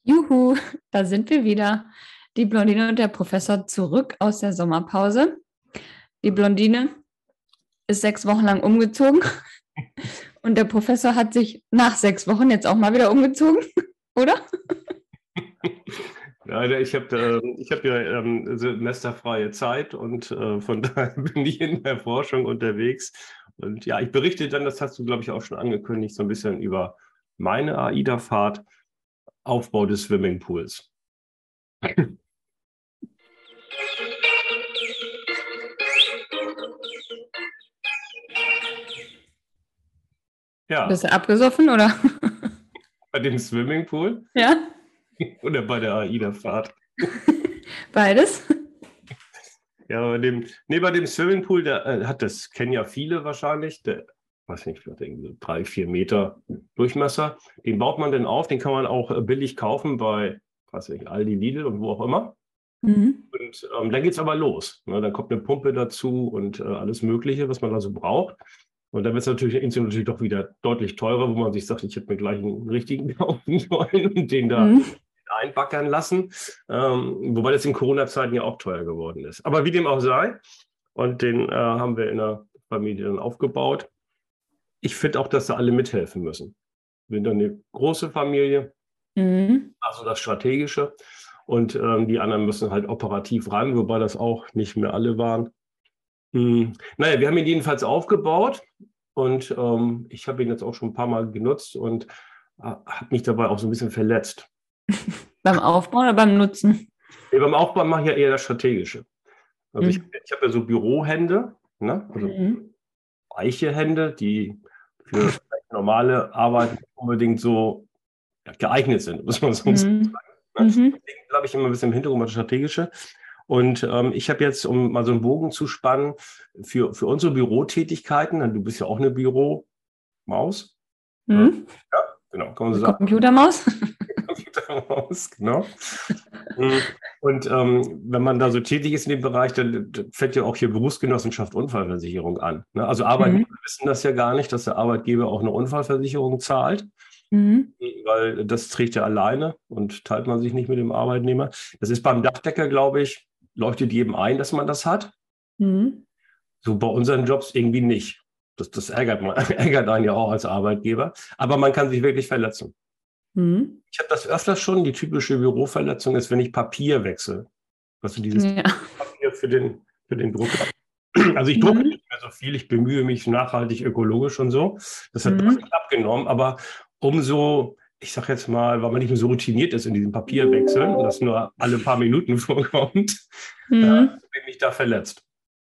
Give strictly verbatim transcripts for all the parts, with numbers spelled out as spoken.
Juhu, da sind wir wieder. Die Blondine und der Professor zurück aus der Sommerpause. Die Blondine ist sechs Wochen lang umgezogen und der Professor hat sich nach sechs Wochen jetzt auch mal wieder umgezogen, oder? Ja, ich habe äh, ich hab ja ähm, semesterfreie Zeit und äh, von daher bin ich in der Forschung unterwegs. Und ja, ich berichte dann, das hast du, glaube ich, auch schon angekündigt, so ein bisschen über meine AIDA-Fahrt, Aufbau des Swimmingpools. Ja, Bist du abgesoffen, oder? bei dem Swimmingpool Ja, oder bei der AIDA-Fahrt? beides. Ja, bei dem, nee, bei dem Swimmingpool, der äh, hat das, kennen ja viele wahrscheinlich, der, weiß nicht, vielleicht irgendwie so drei, vier Meter Durchmesser. Den baut man dann auf, den kann man auch äh, billig kaufen bei, weiß nicht, Aldi, Lidl und wo auch immer. Mhm. Und ähm, dann geht es aber los. Ne? Dann kommt eine Pumpe dazu und äh, alles Mögliche, was man da so braucht. Und dann wird es natürlich, insgesamt natürlich doch wieder deutlich teurer, wo man sich sagt, ich hätte mir gleich einen richtigen kaufen sollen und den da Mhm. einbackern lassen. Ähm, wobei das in Corona-Zeiten ja auch teuer geworden ist. Aber wie dem auch sei, und den äh, haben wir in der Familie dann aufgebaut. Ich finde auch, dass da alle mithelfen müssen. Wir sind dann eine große Familie, Mhm. also das Strategische. Und ähm, die anderen müssen halt operativ ran, wobei das auch nicht mehr alle waren. Hm. Naja, wir haben ihn jedenfalls aufgebaut und ähm, ich habe ihn jetzt auch schon ein paar Mal genutzt und äh, habe mich dabei auch so ein bisschen verletzt. Beim Aufbauen oder beim Nutzen? Nee, beim Aufbau mache ich ja eher das Strategische. Also ich, Mhm. ich habe ja so Bürohände, ne? Also Mhm. weiche Hände, die für normale Arbeit nicht unbedingt so ja, geeignet sind, muss man sonst sagen. Mhm. Ne? Mhm. Deswegen glaube ich immer ein bisschen im Hintergrund das Strategische. Und ähm, ich habe jetzt, um mal so einen Bogen zu spannen, für, für unsere Bürotätigkeiten, du bist ja auch eine Büromaus, äh, Mhm. ja, genau, kann man so Eine sagen. Computermaus? Computermaus, genau. Mhm. Und ähm, wenn man da so tätig ist in dem Bereich, dann, dann fällt ja auch hier Berufsgenossenschaft Unfallversicherung an. Ne? Also Arbeitnehmer Mhm. wissen das ja gar nicht, dass der Arbeitgeber auch eine Unfallversicherung zahlt, Mhm. weil das trägt er alleine und teilt man sich nicht mit dem Arbeitnehmer. Das ist beim Dachdecker, glaube ich, leuchtet jedem ein, dass man das hat. Mhm. So bei unseren Jobs irgendwie nicht. Das, das ärgert, man, ärgert einen ja auch als Arbeitgeber. Aber man kann sich wirklich verletzen. Mhm. Ich habe das öfters schon. Die typische Büroverletzung ist, wenn ich Papier wechsle. Was ist dieses Ja. Papier für den, für den Drucker? Also ich drucke Mhm. nicht mehr so viel. Ich bemühe mich nachhaltig, ökologisch und so. Das hat Mhm. deutlich abgenommen. Aber umso, ich sage jetzt mal, weil man nicht mehr so routiniert ist in diesem Papierwechseln und das nur alle paar Minuten vorkommt, äh, Mhm. bin ich da verletzt.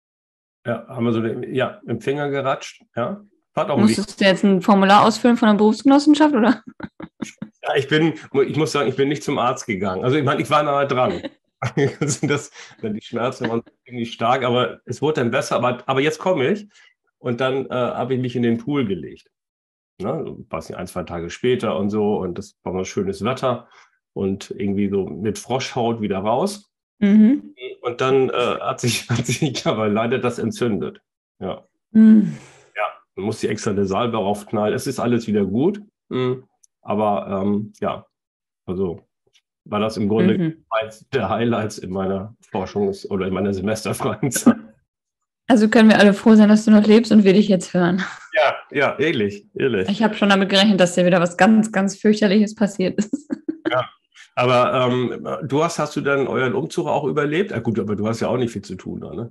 Ja, haben wir so den, ja, im Finger geratscht. Ja, hat auch weh. Musstest du jetzt ein Formular ausfüllen von der Berufsgenossenschaft, oder? Ja, ich bin, ich muss sagen, ich bin nicht zum Arzt gegangen. Also ich meine, ich war nahe dran. Also das, die Schmerzen waren ziemlich stark, aber es wurde dann besser. Aber, aber jetzt komme ich und dann äh, habe ich mich in den Pool gelegt. Ne? Was ein, zwei Tage später und so. Und das war mal schönes Wetter und irgendwie so mit Froschhaut wieder raus. Mhm. Und dann äh, hat sich, hat sich aber leider das entzündet. Ja. Mhm. Ja, man muss die extra eine Salbe raufknallen. Es ist alles wieder gut. Mhm. Aber ähm, ja, also war das im Grunde Mhm. eins der Highlights in meiner Forschungs- oder in meiner semesterfreien Zeit. Also können wir alle froh sein, dass du noch lebst und wir dich jetzt hören. Ja, ja, ähnlich, ähnlich. Ich habe schon damit gerechnet, dass dir wieder was ganz, ganz fürchterliches passiert ist. Ja. Aber ähm, du hast, hast du dann euren Umzug auch überlebt? Ja, gut, aber du hast ja auch nicht viel zu tun da, ne?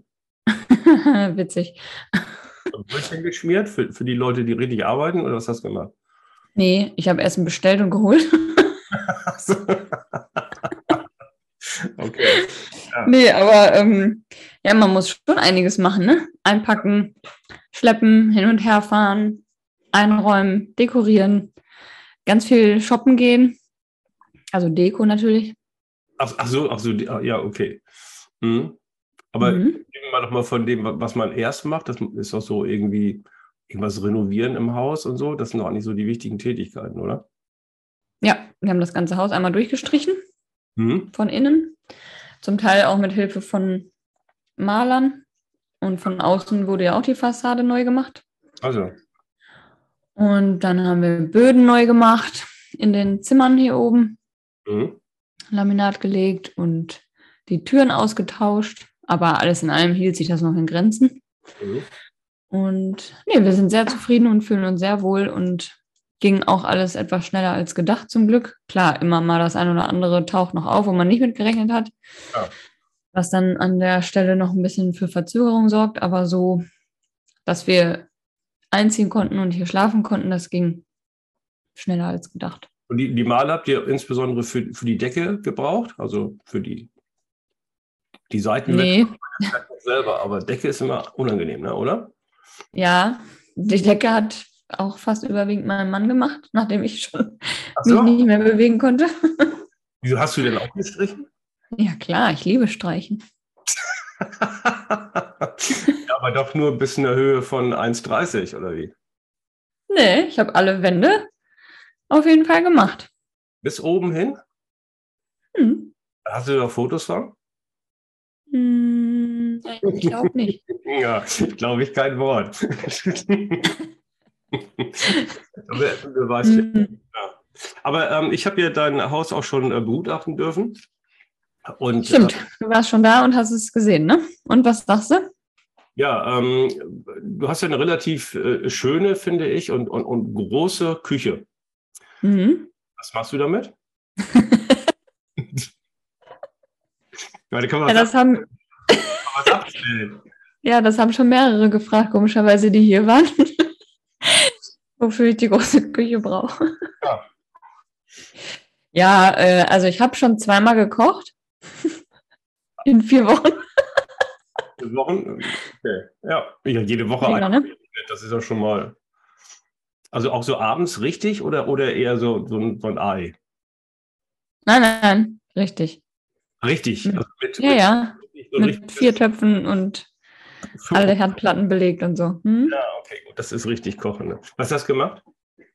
Witzig. Brötchen geschmiert für, für die Leute, die richtig arbeiten, oder was hast du gemacht? Nee, ich habe Essen bestellt und geholt. Ach so. Okay. Ja. Nee, aber ähm, ja, man muss schon einiges machen, ne? Einpacken, schleppen, hin und her fahren, einräumen, dekorieren, ganz viel shoppen gehen. Also Deko natürlich. Ach, ach so, ach so, die- ah, ja, okay. Mhm. Aber Mhm. gehen wir mal doch mal von dem, was man erst macht. Das ist doch so irgendwie irgendwas renovieren im Haus und so. Das sind doch eigentlich so die wichtigen Tätigkeiten, oder? Ja, wir haben das ganze Haus einmal durchgestrichen Mhm. von innen. Zum Teil auch mit Hilfe von Malern. Und von außen wurde ja auch die Fassade neu gemacht. Also, Und dann haben wir Böden neu gemacht in den Zimmern hier oben. mhm. Laminat gelegt und die Türen ausgetauscht. Aber alles in allem hielt sich das noch in Grenzen. Mhm. Und nee, wir sind sehr zufrieden und fühlen uns sehr wohl und ging auch alles etwas schneller als gedacht zum Glück. Klar, immer mal das eine oder andere taucht noch auf, wo man nicht mit gerechnet hat, Ja. was dann an der Stelle noch ein bisschen für Verzögerung sorgt. Aber so, dass wir einziehen konnten und hier schlafen konnten, das ging schneller als gedacht. Und die, die Male habt ihr insbesondere für, für die Decke gebraucht, also für die, die Seitenwände Nee, selber, aber Decke ist immer unangenehm, ne, oder? ja, die Decke hat auch fast überwiegend mein Mann gemacht, nachdem ich schon Ach mich so? nicht mehr bewegen konnte. Wieso hast du denn auch gestrichen? Ja klar, ich liebe Streichen. Ja, aber doch nur bis in der Höhe von eins Komma dreißig, oder wie? Nee, ich habe alle Wände auf jeden Fall gemacht. Bis oben hin? Hm. Hast du da Fotos von? Hm, ich glaube nicht. Ja, glaube ich kein Wort. Aber du weißt ja. Hm. Ja. Aber ähm, ich habe ja dein Haus auch schon äh, begutachten dürfen. Und Stimmt, äh, du warst schon da und hast es gesehen, ne? Und was sagst du? ja, ähm, du hast ja eine relativ äh, schöne, finde ich, und, und, und große Küche. Mhm. Was machst du damit? Ja, da kann man Ja, was, das haben, was abstellen. ja, das haben schon mehrere gefragt, komischerweise, die hier waren, wofür ich die große Küche brauche. Ja. Ja, äh, also ich habe schon zweimal gekocht in vier Wochen. Wochen? Okay. Ja, ja, jede Woche Mega, ein. ne? Das ist ja schon mal. Also auch so abends richtig oder, oder eher so, so, ein, so ein Ei? Nein, nein, richtig. Richtig. Mit, Also mit, ja, mit, ja, so ein mit vier richtiges. Töpfen und alle Herdplatten belegt und so. Hm? Ja, okay, gut. Das ist richtig kochen. Ne? Was hast du gemacht?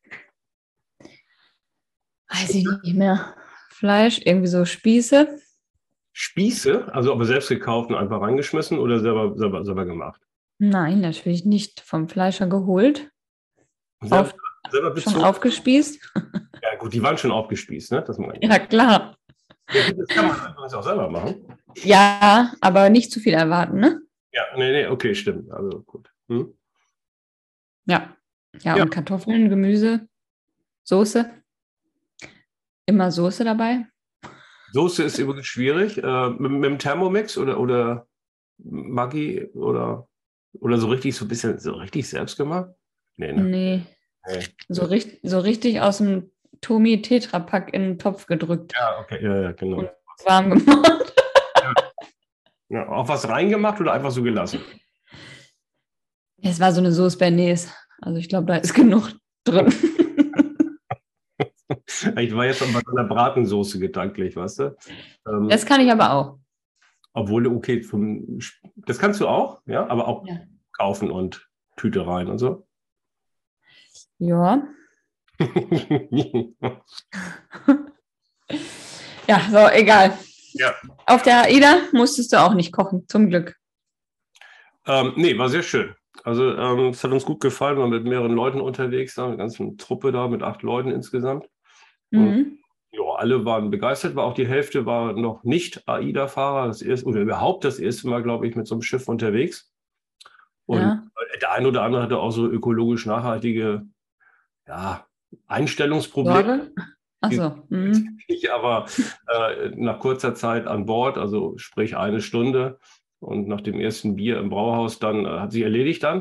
Weiß ich nicht mehr. Fleisch, irgendwie so Spieße. Spieße, also aber selbst gekauft und einfach reingeschmissen oder selber, selber, selber gemacht? Nein, natürlich nicht vom Fleischer geholt. Selber, Auf, selber schon bezogen? aufgespießt. Ja, gut, die waren schon aufgespießt, ne? Das meine ich. Ja, klar. Ja, gut, das kann man übrigens auch selber machen. Ja, aber nicht zu viel erwarten, ne? Ja, nee, nee, okay, stimmt. Also gut. Hm? Ja. Ja, Ja. und Kartoffeln, Gemüse, Soße. Immer Soße dabei. Soße ist übrigens schwierig. Äh, mit, mit dem Thermomix oder, oder Maggi oder, oder so richtig, so ein bisschen, so richtig selbst gemacht? Nee, ne? Nee, Nee. so, richt, so richtig aus dem Tomi Tetrapack in den Topf gedrückt Ja, okay, ja, ja, genau. und warm gemacht. Ja. Ja, auch was reingemacht oder einfach so gelassen? Es war so eine Sauce Bernays. Also ich glaube, da ist genug drin. Ich war jetzt schon bei so einer Bratensoße gedanklich, weißt du? Ähm, Das kann ich aber auch. obwohl, okay, vom, das kannst du auch, ja, aber auch Ja. kaufen und Tüte rein und so. Ja. Ja, so, egal. Ja. Auf der AIDA musstest du auch nicht kochen, zum Glück. Ähm, nee, war sehr schön. Also ähm, es hat uns gut gefallen, wir waren mit mehreren Leuten unterwegs, da, eine ganze Truppe da mit acht Leuten insgesamt. Und Mhm. ja, alle waren begeistert, war auch die Hälfte war noch nicht AIDA-Fahrer, das erste, oder überhaupt das erste Mal, glaube ich, mit so einem Schiff unterwegs. Und Ja. der eine oder andere hatte auch so ökologisch nachhaltige, ja, Einstellungsprobleme. Sorge? Achso. Mhm. Ich aber äh, nach kurzer Zeit an Bord, also sprich eine Stunde. Und nach dem ersten Bier im Brauhaus dann äh, hat sich erledigt dann.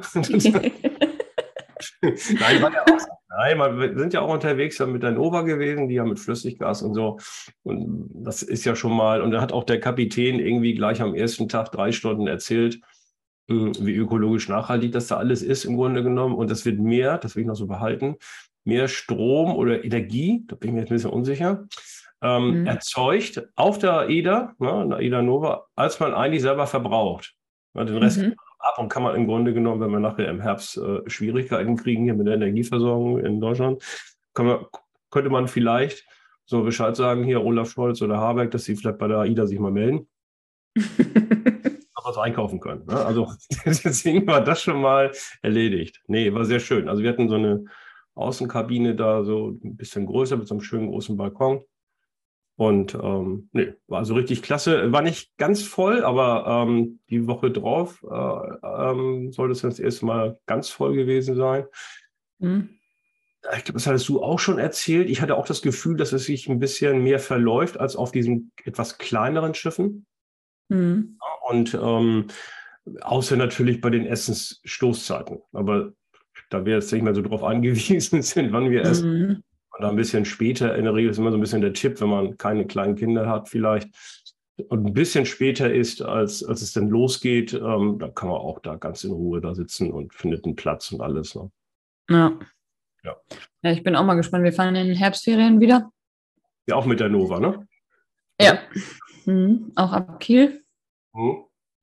Nein, war ja auch, nein, wir sind ja auch unterwegs mit der Nova gewesen, die ja mit Flüssiggas und so. Und das ist ja schon mal, und da hat auch der Kapitän irgendwie gleich am ersten Tag drei Stunden erzählt, wie ökologisch nachhaltig das da alles ist im Grunde genommen. Und das wird mehr, das will ich noch so behalten, mehr Strom oder Energie, da bin ich mir jetzt ein bisschen unsicher, ähm, Mhm. erzeugt auf der AIDA, ne, der AIDA Nova, als man eigentlich selber verbraucht. Ja, den Rest Mhm. ab und kann man im Grunde genommen, wenn wir nachher im Herbst äh, Schwierigkeiten kriegen hier mit der Energieversorgung in Deutschland, kann man, könnte man vielleicht so Bescheid sagen, hier Olaf Scholz oder Habeck, dass sie vielleicht bei der AIDA sich mal melden, noch was einkaufen können. Ne? Also deswegen war das schon mal erledigt. Nee, war sehr schön. Also wir hatten so eine Außenkabine da, so ein bisschen größer mit so einem schönen großen Balkon. Und ähm, nee, war also richtig klasse. War nicht ganz voll, aber ähm, die Woche drauf äh, ähm, sollte es das erste Mal ganz voll gewesen sein. Mhm. Ich glaube, das hattest du auch schon erzählt. Ich hatte auch das Gefühl, dass es sich ein bisschen mehr verläuft als auf diesen etwas kleineren Schiffen. Mhm. Und ähm, außer natürlich bei den Essensstoßzeiten. Aber da wir jetzt nicht mehr so drauf angewiesen sind, wann wir essen. Mhm. Und ein bisschen später, in der Regel ist immer so ein bisschen der Tipp, wenn man keine kleinen Kinder hat vielleicht und ein bisschen später ist, als, als es dann losgeht, ähm, dann kann man auch da ganz in Ruhe da sitzen und findet einen Platz und alles. Ne? Ja. Ja. Ja, ich bin auch mal gespannt. Wir fahren in den Herbstferien wieder. Ja, auch mit der Nova, ne? Ja. Mhm. Auch ab Kiel. Mhm.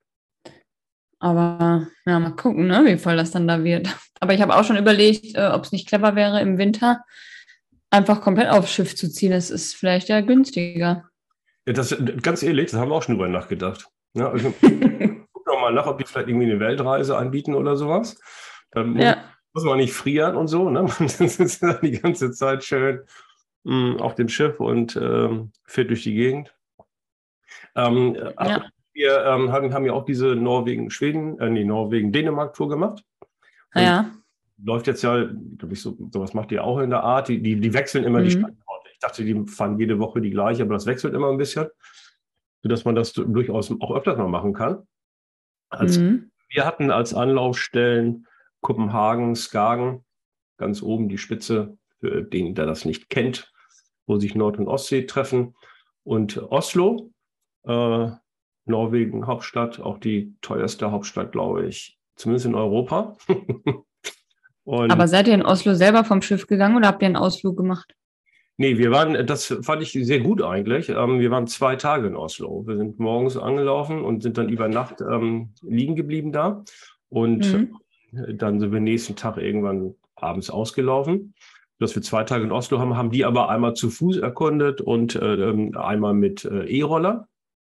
Aber ja, mal gucken, ne, wie voll das dann da wird. Aber ich habe auch schon überlegt, äh, ob es nicht clever wäre, im Winter einfach komplett aufs Schiff zu ziehen. Das ist vielleicht ja günstiger. Ja, das, ganz ehrlich, das haben wir auch schon drüber nachgedacht. Ja, also, guck doch mal nach, ob die vielleicht irgendwie eine Weltreise anbieten oder sowas. Dann muss, Ja. muss man nicht frieren und so. Ne? Man sitzt dann die ganze Zeit schön mh, auf dem Schiff und ähm, fährt durch die Gegend. Ähm, Ja. wir ähm, haben, haben ja auch diese Norwegen-Schweden, äh, nee, Norwegen-Dänemark-Tour gemacht. Und Ja. läuft jetzt ja, glaube ich, so, sowas macht ihr auch in der Art. Die, die, die wechseln immer die Mhm. Standorte. Ich dachte, die fahren jede Woche die gleiche, aber das wechselt immer ein bisschen, sodass man das durchaus auch öfters mal machen kann. Als, Mhm. wir hatten als Anlaufstellen Kopenhagen, Skagen, ganz oben die Spitze, für den, der das nicht kennt, wo sich Nord- und Ostsee treffen. Und Oslo, äh, Norwegen Hauptstadt, auch die teuerste Hauptstadt, glaube ich, zumindest in Europa. Und Aber seid ihr in Oslo selber vom Schiff gegangen oder habt ihr einen Ausflug gemacht? nee, wir waren, das fand ich sehr gut eigentlich. Ähm, wir waren zwei Tage in Oslo. Wir sind morgens angelaufen und sind dann über Nacht ähm, liegen geblieben da. Und Mhm. dann sind wir nächsten Tag irgendwann abends ausgelaufen. Dass wir zwei Tage in Oslo haben, haben die aber einmal zu Fuß erkundet und äh, einmal mit äh, E-Roller.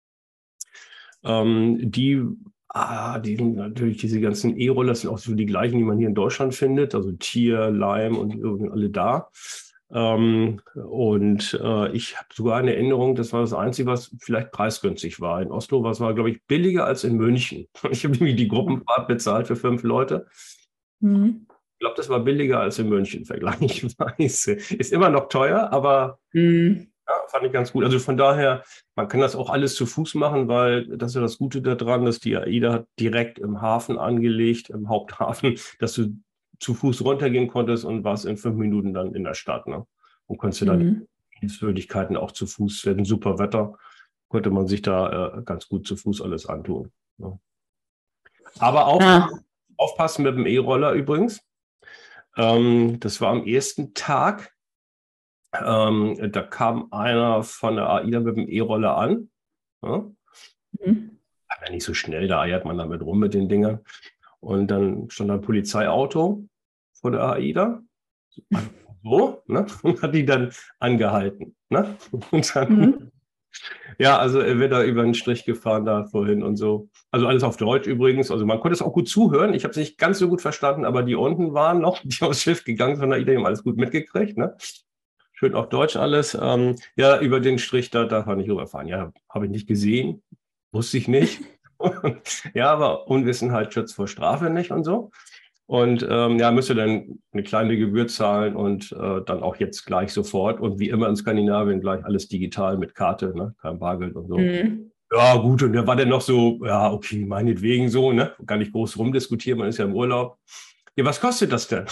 Ähm, die, ah, die sind natürlich diese ganzen E-Roller sind auch so die gleichen, die man hier in Deutschland findet. Also Tier, Lime und die sind alle da. Ähm, und äh, ich habe sogar eine Erinnerung, das war das Einzige, was vielleicht preisgünstig war. In Oslo war es, war, glaube ich, billiger als in München. Ich habe irgendwie die Gruppenfahrt bezahlt für fünf Leute. Mhm. Ich glaube, das war billiger als in München, vergleichsweise. Ist immer noch teuer, aber Mhm. ja, fand ich ganz gut. Also von daher, man kann das auch alles zu Fuß machen, weil das ist ja das Gute daran, dass die AIDA hat direkt im Hafen angelegt, im Haupthafen, dass du zu Fuß runtergehen konntest und warst in fünf Minuten dann in der Stadt. Ne? Und konntest du dann Mhm. Sehenswürdigkeiten auch zu Fuß, wir hatten super Wetter, konnte man sich da äh, ganz gut zu Fuß alles antun. Ne? Aber auf, Ja. aufpassen mit dem E-Roller übrigens. Ähm, das war am ersten Tag. Ähm, da kam einer von der AIDA mit dem E-Roller an. Ja? Mhm. Aber nicht so schnell, da eiert man damit rum mit den Dingern. Und dann stand ein Polizeiauto vor der AIDA. So, ne? Und hat die dann angehalten. Ne? Und dann, Mhm. ja, also er wird da über den Strich gefahren da vorhin und so. Also alles auf Deutsch übrigens. Also man konnte es auch gut zuhören. Ich habe es nicht ganz so gut verstanden, aber die unten waren noch, die aufs Schiff gegangen sind, von der AIDA, die haben alles gut mitgekriegt. Ne? Schön auf Deutsch alles. Ähm, ja, über den Strich, da darf man nicht rüberfahren. Ja, habe ich nicht gesehen, wusste ich nicht. Ja, aber Unwissenheit schützt vor Strafe nicht und so. Und ähm, ja, müsste dann eine kleine Gebühr zahlen und äh, dann auch jetzt gleich sofort. Und wie immer in Skandinavien gleich alles digital mit Karte, ne? Kein Bargeld und so. Mhm. Ja, gut, und der war dann noch so, ja, okay, meinetwegen so, ne? Gar nicht groß rumdiskutieren, man ist ja im Urlaub. Ja, was kostet das denn?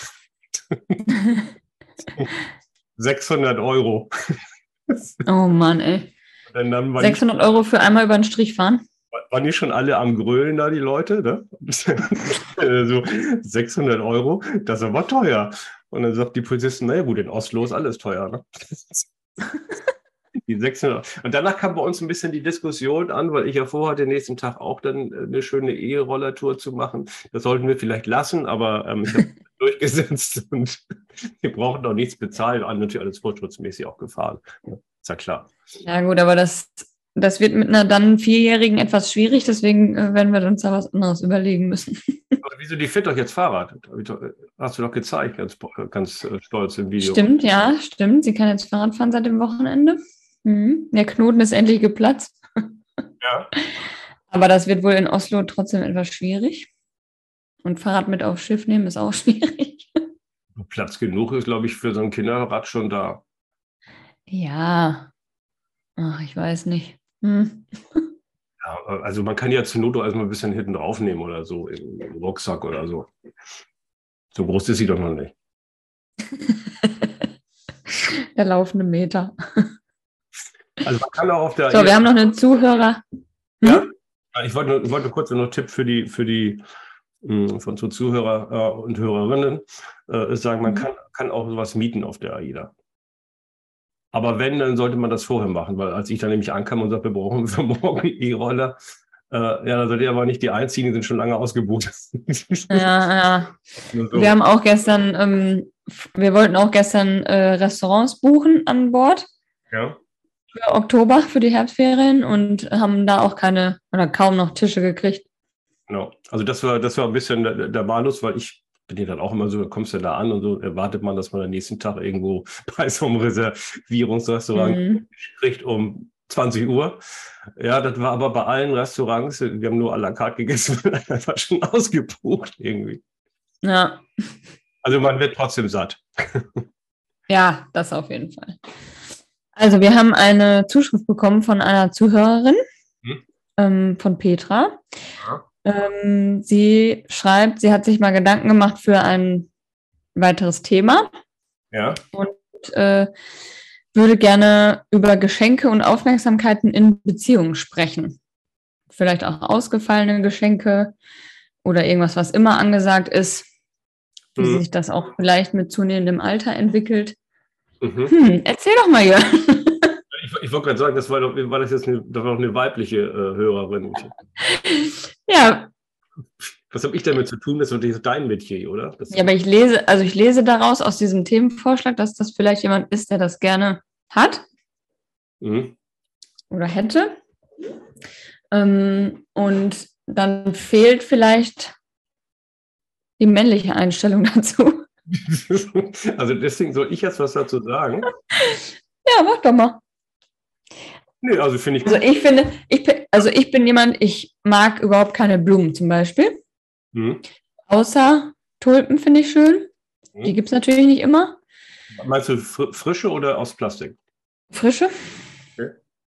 sechshundert Euro. Oh Mann, ey. Und dann waren die, sechshundert Euro für einmal über den Strich fahren? waren die schon alle am Grölen da, die Leute, ne? So sechshundert Euro, das ist aber teuer. Und dann sagt die Polizistin, naja gut, in Oslo ist alles teuer, ne? Die sechshundert. Und danach kam bei uns ein bisschen die Diskussion an, weil ich ja vorhatte, den nächsten Tag auch dann eine schöne E-Roller-Tour zu machen. Das sollten wir vielleicht lassen, aber ähm, ich habe durchgesetzt und wir brauchen doch nichts bezahlen, natürlich alles vorschutzmäßig auch gefahren. Ja, ist ja klar. Ja gut, aber das, das wird mit einer dann Vierjährigen etwas schwierig, deswegen äh, werden wir uns da was anderes überlegen müssen. Aber wieso, die fährt doch jetzt Fahrrad? Hast du doch gezeigt, ganz, ganz stolz im Video. Stimmt, ja, stimmt. Sie kann jetzt Fahrrad fahren seit dem Wochenende. Mhm. Der Knoten ist endlich geplatzt. Ja. Aber das wird wohl in Oslo trotzdem etwas schwierig. Und Fahrrad mit aufs Schiff nehmen ist auch schwierig. Platz genug ist, glaube ich, für so ein Kinderrad schon da. Ja, ach, ich weiß nicht. Hm. Ja, also man kann ja zur Not auch erstmal ein bisschen hinten draufnehmen oder so, im Rucksack oder so. So groß ist sie doch noch nicht. Der laufende Meter. Also man kann auch auf der... So, wir haben noch einen Zuhörer. Hm? Ja, ich wollte nur, wollte nur kurz noch einen Tipp für die, für die mh, von so Zuhörer äh, und Hörerinnen äh, sagen, man Mhm. kann, kann auch sowas mieten auf der AIDA. Aber wenn, dann sollte man das vorher machen, weil als ich dann nämlich ankam und sagte, wir brauchen für morgen E-Roller, äh, ja, dann seid ihr aber nicht die Einzigen, die sind schon lange ausgebucht. Ja, ja. Nur so. Wir haben auch gestern, ähm, wir wollten auch gestern äh, Restaurants buchen an Bord Ja. für Oktober, für die Herbstferien und haben da auch keine oder kaum noch Tische gekriegt. Genau. Also das war, das war ein bisschen der, der Malus, weil ich bin ja dann auch immer so, kommst du da an und so erwartet man, dass man am nächsten Tag irgendwo bei so einem Reservierungsrestaurant Mhm. kriegt um zwanzig Uhr. Ja, das war aber bei allen Restaurants, wir haben nur à la carte gegessen, das war schon ausgebucht irgendwie. Ja. Also man wird trotzdem satt. Ja, das auf jeden Fall. Also wir haben eine Zuschrift bekommen von einer Zuhörerin, Hm? ähm, von Petra. Ja. Ähm, sie schreibt, sie hat sich mal Gedanken gemacht für ein weiteres Thema Ja. und äh, würde gerne über Geschenke und Aufmerksamkeiten in Beziehungen sprechen. Vielleicht auch ausgefallene Geschenke oder irgendwas, was immer angesagt ist, wie Mhm. sich das auch vielleicht mit zunehmendem Alter entwickelt. Mhm. Hm, erzähl doch mal, Jörn. Ich, ich wollte gerade sagen, das war, doch, war das jetzt eine, das war doch eine weibliche äh, Hörerin. Ja, Was habe ich damit zu tun? Das ist dein Metier, oder? Das, ja, aber ich lese, also ich lese daraus aus diesem Themenvorschlag, dass das vielleicht jemand ist, der das gerne hat mhm. oder hätte. Ähm, und dann fehlt vielleicht die männliche Einstellung dazu. Also deswegen soll ich jetzt was dazu sagen. Ja, mach doch mal. Nee, also finde ich. Also ich finde, ich, bin- also ich bin jemand, ich mag überhaupt keine Blumen zum Beispiel. Mhm. Außer Tulpen finde ich schön. Die Mhm. gibt es natürlich nicht immer. Meinst du fr frische oder aus Plastik? Frische. Okay.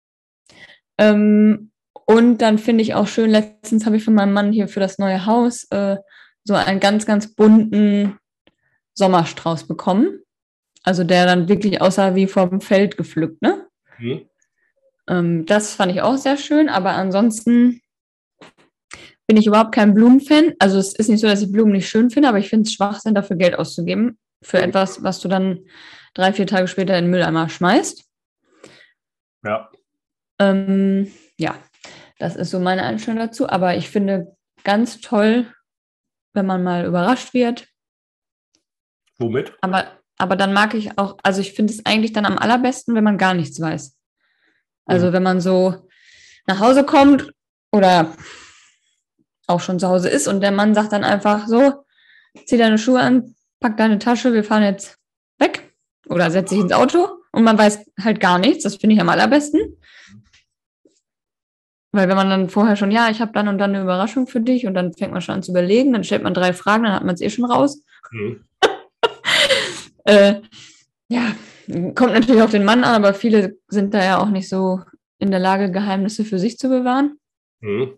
Ähm, und dann finde ich auch schön, letztens habe ich von meinem Mann hier für das neue Haus äh, so einen ganz, ganz bunten Sommerstrauß bekommen. Also der dann wirklich aussah wie vom Feld gepflückt, ne? Mhm. Ähm, das fand ich auch sehr schön, aber ansonsten bin ich überhaupt kein Blumenfan. Also es ist nicht so, dass ich Blumen nicht schön finde, aber ich finde es Schwachsinn, dafür Geld auszugeben. Für Mhm. etwas, was du dann drei, vier Tage später in den Mülleimer schmeißt. Ja. Ähm, ja, das ist so meine Einstellung dazu. Aber ich finde ganz toll, wenn man mal überrascht wird. Womit? Aber, aber dann mag ich auch, also ich finde es eigentlich dann am allerbesten, wenn man gar nichts weiß. Also Mhm. wenn man so nach Hause kommt oder auch schon zu Hause ist und der Mann sagt dann einfach so, zieh deine Schuhe an, pack deine Tasche, wir fahren jetzt weg oder setz dich ins Auto und man weiß halt gar nichts. Das finde ich am allerbesten. Weil wenn man dann vorher schon, ja, ich habe dann und dann eine Überraschung für dich und dann fängt man schon an zu überlegen, dann stellt man drei Fragen, dann hat man es eh schon raus. Mhm. Äh, ja, kommt natürlich auf den Mann an, aber viele sind da ja auch nicht so in der Lage, Geheimnisse für sich zu bewahren. Mhm.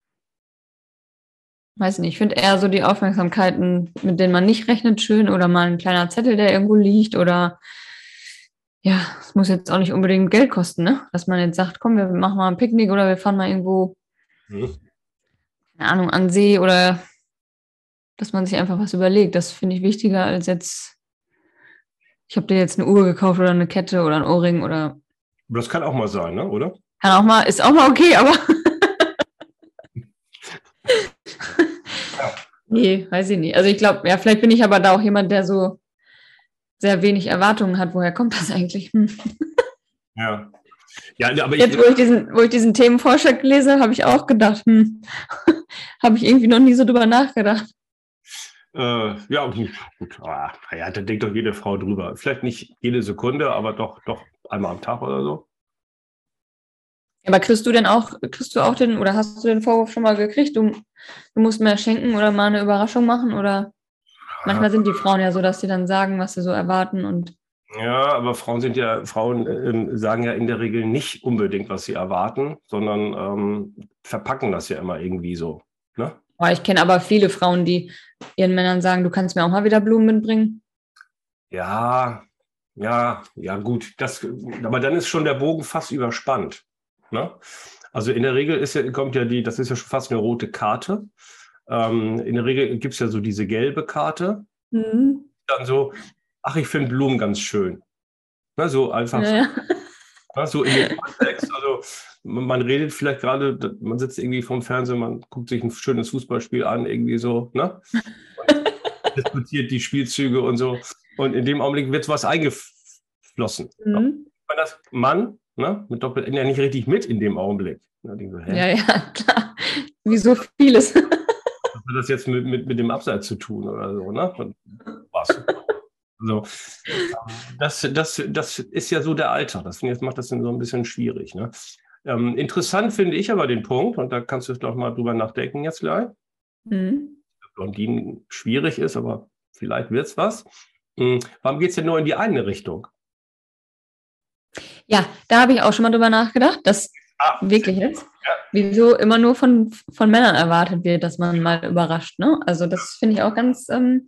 Weiß nicht, ich finde eher so die Aufmerksamkeiten, mit denen man nicht rechnet, schön oder mal ein kleiner Zettel, der irgendwo liegt oder ja, es muss jetzt auch nicht unbedingt Geld kosten, ne? Dass man jetzt sagt, komm, wir machen mal ein Picknick oder wir fahren mal irgendwo, Mhm. keine Ahnung, an See oder dass man sich einfach was überlegt. Das finde ich wichtiger als jetzt, ich habe dir jetzt eine Uhr gekauft oder eine Kette oder ein Ohrring oder Aber das kann auch mal sein, ne? Oder? kann auch mal, ist auch mal okay, aber Ja. nee, weiß ich nicht. Also ich glaube, ja, vielleicht bin ich aber da auch jemand, der so sehr wenig Erwartungen hat. Woher kommt das eigentlich? Hm. Ja. Ja, aber Jetzt, ich, wo ich diesen, wo ich diesen Themenvorschlag lese, habe ich auch gedacht, hm, habe ich irgendwie noch nie so drüber nachgedacht. äh, ja, gut. Ah, ja, da denkt doch jede Frau drüber. Vielleicht nicht jede Sekunde, aber doch, doch einmal am Tag oder so. Aber kriegst du denn auch, kriegst du auch den, oder hast du den Vorwurf schon mal gekriegt, du, du musst mehr schenken oder mal eine Überraschung machen? Oder manchmal sind die Frauen ja so, dass sie dann sagen, was sie so erwarten und Ja, aber Frauen sind ja, Frauen ähm, sagen ja in der Regel nicht unbedingt, was sie erwarten, sondern ähm, verpacken das ja immer irgendwie so. Ne? oh, ich kenne aber viele Frauen, die ihren Männern sagen, du kannst mir auch mal wieder Blumen mitbringen. Ja, ja, ja, gut. Das, aber dann ist schon der Bogen fast überspannt. Ne? Also in der Regel ist ja, kommt ja die, das ist ja schon fast eine rote Karte. Ähm, in der Regel gibt es ja so diese gelbe Karte. Mhm. Dann so, ach, ich finde Blumen ganz schön. Ne, so einfach Ja, so, ja. ne, so in dem Kontext. Also man, man redet vielleicht gerade, man sitzt irgendwie vorm Fernsehen, man guckt sich ein schönes Fußballspiel an, irgendwie so, ne? Diskutiert die Spielzüge und so. Und in dem Augenblick wird was eingeflossen. Mhm. Wenn das Mann, ne, mit Doppel-N ja nicht richtig mit in dem Augenblick. Da denke ich so, Ja, hä? ja, klar. Wie so vieles. Was hat das jetzt mit, mit, mit dem Abseits zu tun oder so, ne? Und was? Also, das, das, das ist ja so der Alltag. Das, das macht das dann so ein bisschen schwierig. Ne? Ähm, interessant finde ich aber den Punkt, und da kannst du doch mal drüber nachdenken jetzt gleich. Mhm. Blondinen schwierig ist, aber vielleicht wird es was. Hm, warum geht es denn nur in die eine Richtung? Ja, da habe ich auch schon mal drüber nachgedacht, dass Ah, wirklich jetzt, ja. wieso immer nur von, von Männern erwartet wird, dass man mal überrascht. Ne? Also das finde ich auch ganz, ähm,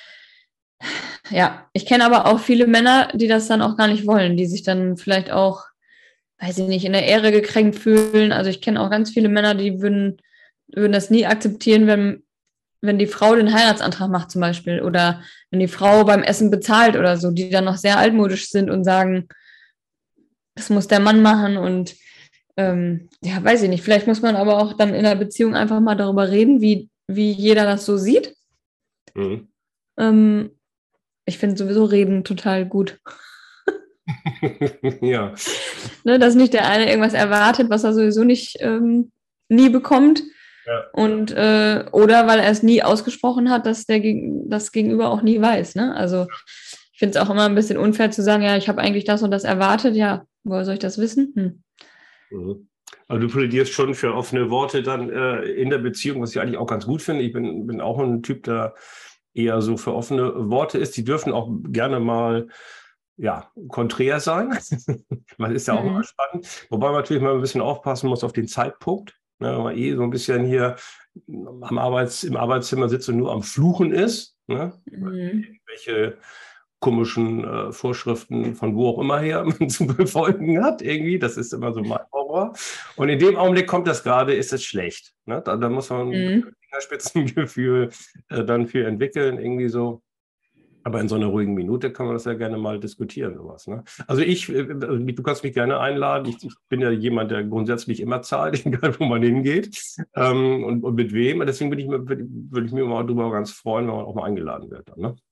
ja, ich kenne aber auch viele Männer, die das dann auch gar nicht wollen, die sich dann vielleicht auch, weiß ich nicht, in der Ehre gekränkt fühlen. Also ich kenne auch ganz viele Männer, die würden, würden das nie akzeptieren, wenn, wenn die Frau den Heiratsantrag macht zum Beispiel oder wenn die Frau beim Essen bezahlt oder so, die dann noch sehr altmodisch sind und sagen, das muss der Mann machen und ähm, ja, weiß ich nicht, vielleicht muss man aber auch dann in der Beziehung einfach mal darüber reden, wie, wie jeder das so sieht. Mhm. Ähm, ich finde sowieso Reden total gut. Ja. Ne, dass nicht der eine irgendwas erwartet, was er sowieso nicht ähm, nie bekommt. Ja. Und äh, oder weil er es nie ausgesprochen hat, dass der Geg das Gegenüber auch nie weiß. Ne? Also ich finde es auch immer ein bisschen unfair zu sagen, ja, ich habe eigentlich das und das erwartet. Ja, woher soll ich das wissen? Hm. Mhm. Also du plädierst schon für offene Worte dann äh, in der Beziehung, was ich eigentlich auch ganz gut finde. Ich bin, bin auch ein Typ, der eher so für offene Worte ist. Die dürfen auch gerne mal ja, konträr sein. Das ist ja auch immer Mhm. spannend. Wobei man natürlich mal ein bisschen aufpassen muss auf den Zeitpunkt. Ne, wenn man eh so ein bisschen hier am Arbeits-, im Arbeitszimmer sitzt und nur am Fluchen ist. Ne? Mhm. Welche komischen äh, Vorschriften von wo auch immer her man zu befolgen hat, irgendwie. Das ist immer so mein Horror. Und in dem Augenblick kommt das gerade, ist es schlecht. Ne? Da, da muss man ein Mhm. Fingerspitzengefühl äh, dann für entwickeln, irgendwie so. Aber in so einer ruhigen Minute kann man das ja gerne mal diskutieren, sowas. Ne? Also ich, äh, du kannst mich gerne einladen. Ich, ich bin ja jemand, der grundsätzlich immer zahlt, egal wo man hingeht ähm, und, und mit wem. Und deswegen würde ich, mir- würde würde ich mich mal darüber ganz freuen, wenn man auch mal eingeladen wird. Dann, ne?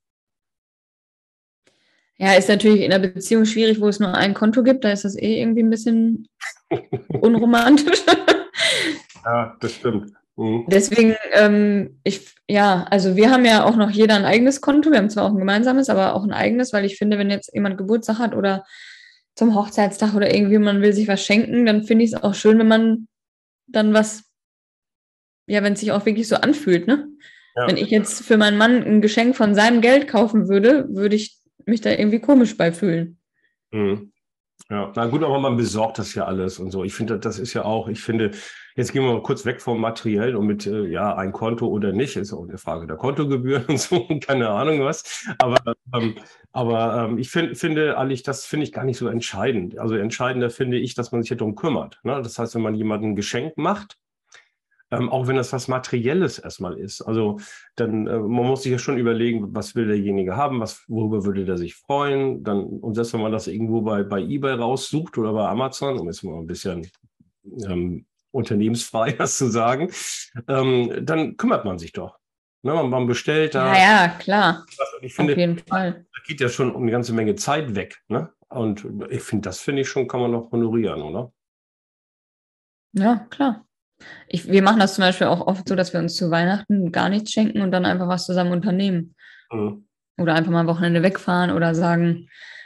Ja, ist natürlich in einer Beziehung schwierig, wo es nur ein Konto gibt. Da ist das eh irgendwie ein bisschen unromantisch. Ja, das stimmt. Mhm. Deswegen, ähm, ich, ja, also wir haben ja auch noch jeder ein eigenes Konto. Wir haben zwar auch ein gemeinsames, aber auch ein eigenes, weil ich finde, wenn jetzt jemand Geburtstag hat oder zum Hochzeitstag oder irgendwie man will sich was schenken, dann finde ich es auch schön, wenn man dann was, ja, wenn es sich auch wirklich so anfühlt, ne? Wenn Ja. ich jetzt für meinen Mann ein Geschenk von seinem Geld kaufen würde, würde ich mich da irgendwie komisch bei fühlen. Mhm. Ja, na gut, aber man besorgt das ja alles und so. Ich finde, das ist ja auch, ich finde, jetzt gehen wir mal kurz weg vom Materiellen und mit, äh, ja, ein Konto oder nicht, ist auch eine Frage der Kontogebühren und so, keine Ahnung was. Aber, ähm, aber ähm, ich find, finde eigentlich, das finde ich gar nicht so entscheidend. Also entscheidender finde ich, dass man sich darum kümmert. Ne? Das heißt, wenn man jemandem ein Geschenk macht, ähm, auch wenn das was Materielles erstmal ist. Also dann, äh, man muss sich ja schon überlegen, was will derjenige haben, was, worüber würde der sich freuen. Dann, und selbst wenn man das irgendwo bei, bei eBay raussucht oder bei Amazon, um jetzt mal ein bisschen ähm, unternehmensfrei was zu sagen, ähm, dann kümmert man sich doch. Ne, man, man bestellt Ja, da. ja, klar, Ich auf finde, jeden Fall. da geht ja schon um eine ganze Menge Zeit weg. Ne? Und ich finde, das finde ich schon, kann man noch honorieren, oder? Ja, klar. Ich, wir machen das zum Beispiel auch oft so, dass wir uns zu Weihnachten gar nichts schenken und dann einfach was zusammen unternehmen. Mhm. Oder einfach mal ein Wochenende wegfahren oder sagen,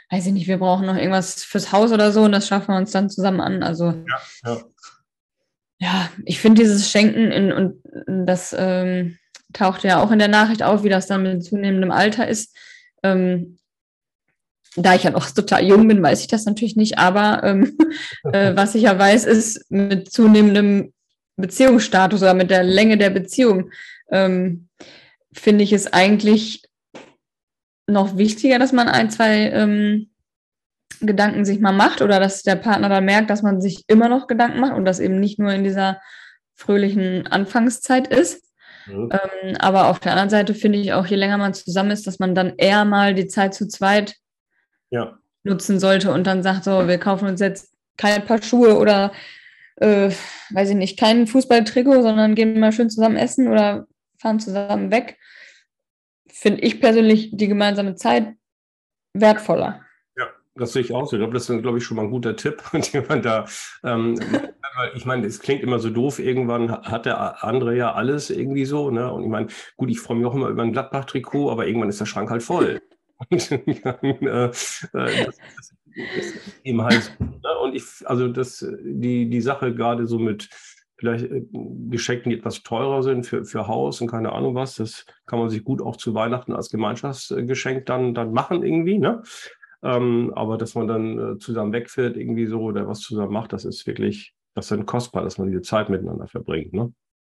weiß ich nicht, wir brauchen noch irgendwas fürs Haus oder so und das schaffen wir uns dann zusammen an. Also Ja, ja. ja, ich finde dieses Schenken in, und das ähm, taucht ja auch in der Nachricht auf, wie das dann mit zunehmendem Alter ist. Ähm, da ich ja noch total jung bin, weiß ich das natürlich nicht, aber ähm, äh, was ich ja weiß, ist mit zunehmendem Beziehungsstatus oder mit der Länge der Beziehung ähm, finde ich es eigentlich noch wichtiger, dass man ein, zwei ähm, Gedanken sich mal macht oder dass der Partner dann merkt, dass man sich immer noch Gedanken macht und das eben nicht nur in dieser fröhlichen Anfangszeit ist. Mhm. Ähm, aber auf der anderen Seite finde ich auch, je länger man zusammen ist, dass man dann eher mal die Zeit zu zweit ja. nutzen sollte und dann sagt, so, wir kaufen uns jetzt kein Paar Schuhe oder äh, weiß ich nicht, kein Fußballtrikot, sondern gehen mal schön zusammen essen oder fahren zusammen weg. Finde ich persönlich die gemeinsame Zeit wertvoller. Ja, das sehe ich auch so. Ich glaube, das ist, glaube ich, schon mal ein guter Tipp. Und jemand da, ähm, ich meine, es klingt immer so doof, irgendwann hat der andere ja alles irgendwie so, ne? Und ich meine, gut, ich freue mich auch immer über ein Gladbach-Trikot, aber irgendwann ist der Schrank halt voll. Und dann, äh, das, das ist eben halt so, ne? Und ich, also das, die, die Sache gerade so mit vielleicht Geschenken, die etwas teurer sind für, für Haus und keine Ahnung was, das kann man sich gut auch zu Weihnachten als Gemeinschaftsgeschenk dann, dann machen irgendwie, ne? Ähm, aber dass man dann äh, zusammen wegfährt irgendwie so oder was zusammen macht, das ist wirklich, das ist dann kostbar, dass man diese Zeit miteinander verbringt, ne?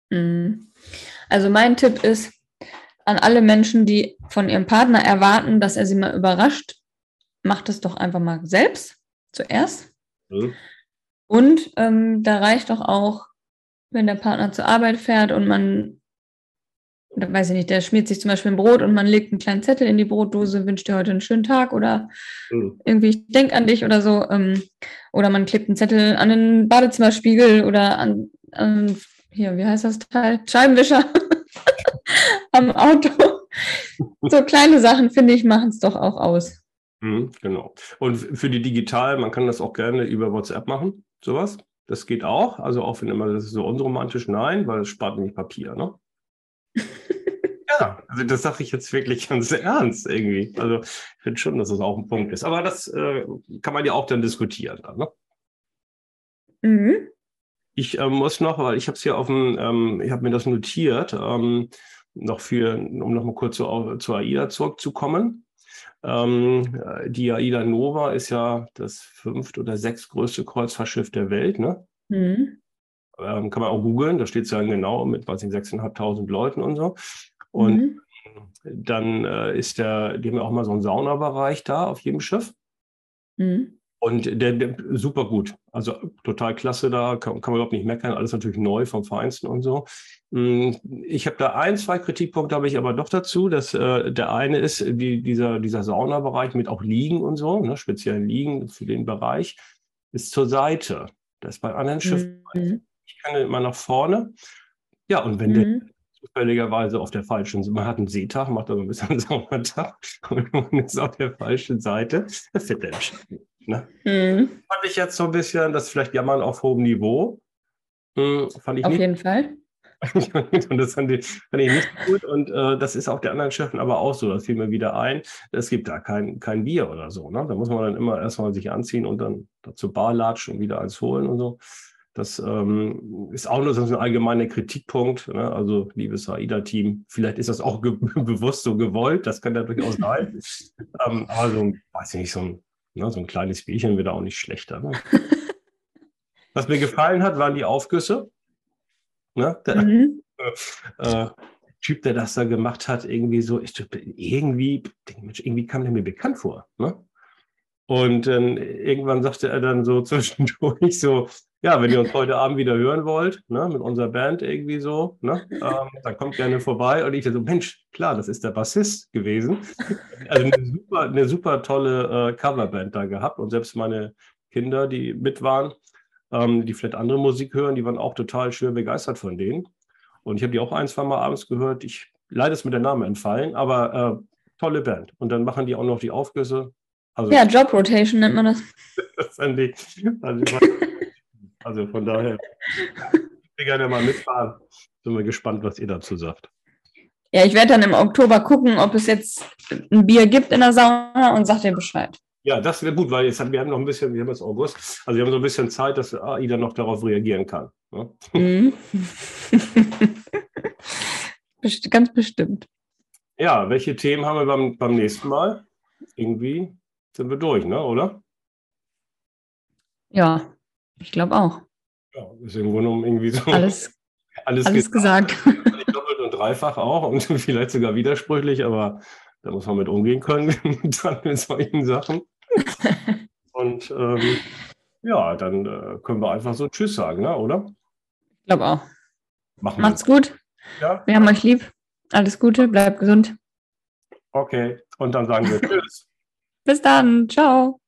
Also mein Tipp ist an alle Menschen, die von ihrem Partner erwarten, dass er sie mal überrascht, macht es doch einfach mal selbst zuerst. Mhm. Und ähm, da reicht doch auch, wenn der Partner zur Arbeit fährt und man, oder weiß ich nicht, der schmiert sich zum Beispiel ein Brot und man legt einen kleinen Zettel in die Brotdose, wünscht dir heute einen schönen Tag oder mhm. irgendwie, ich denk an dich oder so. Ähm, oder man klebt einen Zettel an den Badezimmerspiegel oder an, an hier, wie heißt das Teil? Scheibenwischer am Auto. So kleine Sachen, finde ich, machen es doch auch aus. Mhm, genau. Und für die digital, man kann das auch gerne über WhatsApp machen, sowas. Das geht auch. Also auch wenn immer das ist so unromantisch, nein, weil es spart nämlich Papier, ne? Ja, also das sage ich jetzt wirklich ganz ernst irgendwie. Also ich finde schon, dass das auch ein Punkt ist. Aber das äh, kann man ja auch dann diskutieren. Dann, ne? Mhm. Ich äh, muss noch, weil ich habe es hier auf dem, ähm, ich habe mir das notiert, ähm, noch für, um noch mal kurz zu, zu AIDA zurückzukommen. Ähm, die AIDA Nova ist ja das fünft- oder sechstgrößte Kreuzfahrtschiff der Welt, ne? Mhm. Ähm, kann man auch googeln, da steht es ja genau mit, weiß ich, sechstausendfünfhundert Leuten und so. Und mhm. dann äh, ist der, die haben ja auch mal so einen Saunabereich da auf jedem Schiff. Mhm. Und der, der super gut, also total klasse da, kann, kann man überhaupt nicht meckern, alles natürlich neu vom Feinsten und so. Ich habe da ein, zwei Kritikpunkte, habe ich aber doch dazu, dass äh, der eine ist, die, dieser, dieser Saunabereich mit auch Liegen und so, ne, speziell Liegen für den Bereich, ist zur Seite. Das ist bei anderen Schiffen. Mhm. Ich kann immer nach vorne. Ja, und wenn mhm. der zufälligerweise auf der falschen Seite, man hat einen Seetag, macht aber ein bisschen einen Sauertag und man ist auf der falschen Seite, der fährt der Schiff. Ne? Mhm. Fand ich jetzt so ein bisschen, das ist vielleicht Jammern auf hohem Niveau. Hm, fand ich auf nicht. jeden Fall. Und das fand ich, fand ich nicht gut. Und äh, das ist auf der anderen Schiffen aber auch so. Das fiel mir wieder ein. Es gibt da kein, kein Bier oder so. Ne? Da muss man dann immer erstmal sich anziehen und dann zur Bar latschen und wieder eins holen und so. Das ähm, ist auch nur so ein allgemeiner Kritikpunkt. Ne? Also, liebes AIDA-Team, vielleicht ist das auch bewusst so gewollt. Das kann ja durchaus sein. ähm, aber so, weiß ich nicht, so ein, ne, so ein kleines Bierchen wird auch nicht schlechter. Ne? Was mir gefallen hat, waren die Aufgüsse. Ne? Der mhm. äh, Typ, der das da gemacht hat, irgendwie so, ich, irgendwie, irgendwie kam der mir bekannt vor. Ne? Und äh, irgendwann sagte er dann so zwischendurch so, ja, wenn ihr uns heute Abend wieder hören wollt, ne, mit unserer Band irgendwie so, ne, ähm, dann kommt gerne vorbei. Und ich so, Mensch, klar, das ist der Bassist gewesen. Also eine super, eine super tolle äh, Coverband da gehabt. Und selbst meine Kinder, die mit waren, ähm, die vielleicht andere Musik hören, die waren auch total schön begeistert von denen. Und ich habe die auch ein, zwei Mal abends gehört. Ich leider ist mir der Name entfallen, aber äh, tolle Band. Und dann machen die auch noch die Aufgüsse. Also, ja, Job Rotation nennt man das. Das fand ich, also, also von daher, ich will gerne mal mitfahren. Sind wir gespannt, was ihr dazu sagt. Ja, ich werde dann im Oktober gucken, ob es jetzt ein Bier gibt in der Sauna und sag dir Bescheid. Ja, das wäre gut, weil jetzt haben wir haben noch ein bisschen, wir haben jetzt August, also wir haben so ein bisschen Zeit, dass A I dann noch darauf reagieren kann. Ne? Mhm. Best- Ganz bestimmt. Ja, welche Themen haben wir beim, beim nächsten Mal? Irgendwie sind wir durch, ne, oder? Ja, ich glaube auch. Ja, ist im Grunde genommen irgendwie so Alles, alles alles gesagt, gesagt. doppelt und dreifach auch und vielleicht sogar widersprüchlich, aber da muss man mit umgehen können, dann mit solchen Sachen. Und ähm, ja, dann äh, können wir einfach so Tschüss sagen, ne, oder? Ich glaube auch. Machen wir. Macht's gut. Ja, Wir haben euch lieb. Alles Gute, bleibt gesund. okay. Und dann sagen wir Tschüss. Bis dann. Ciao.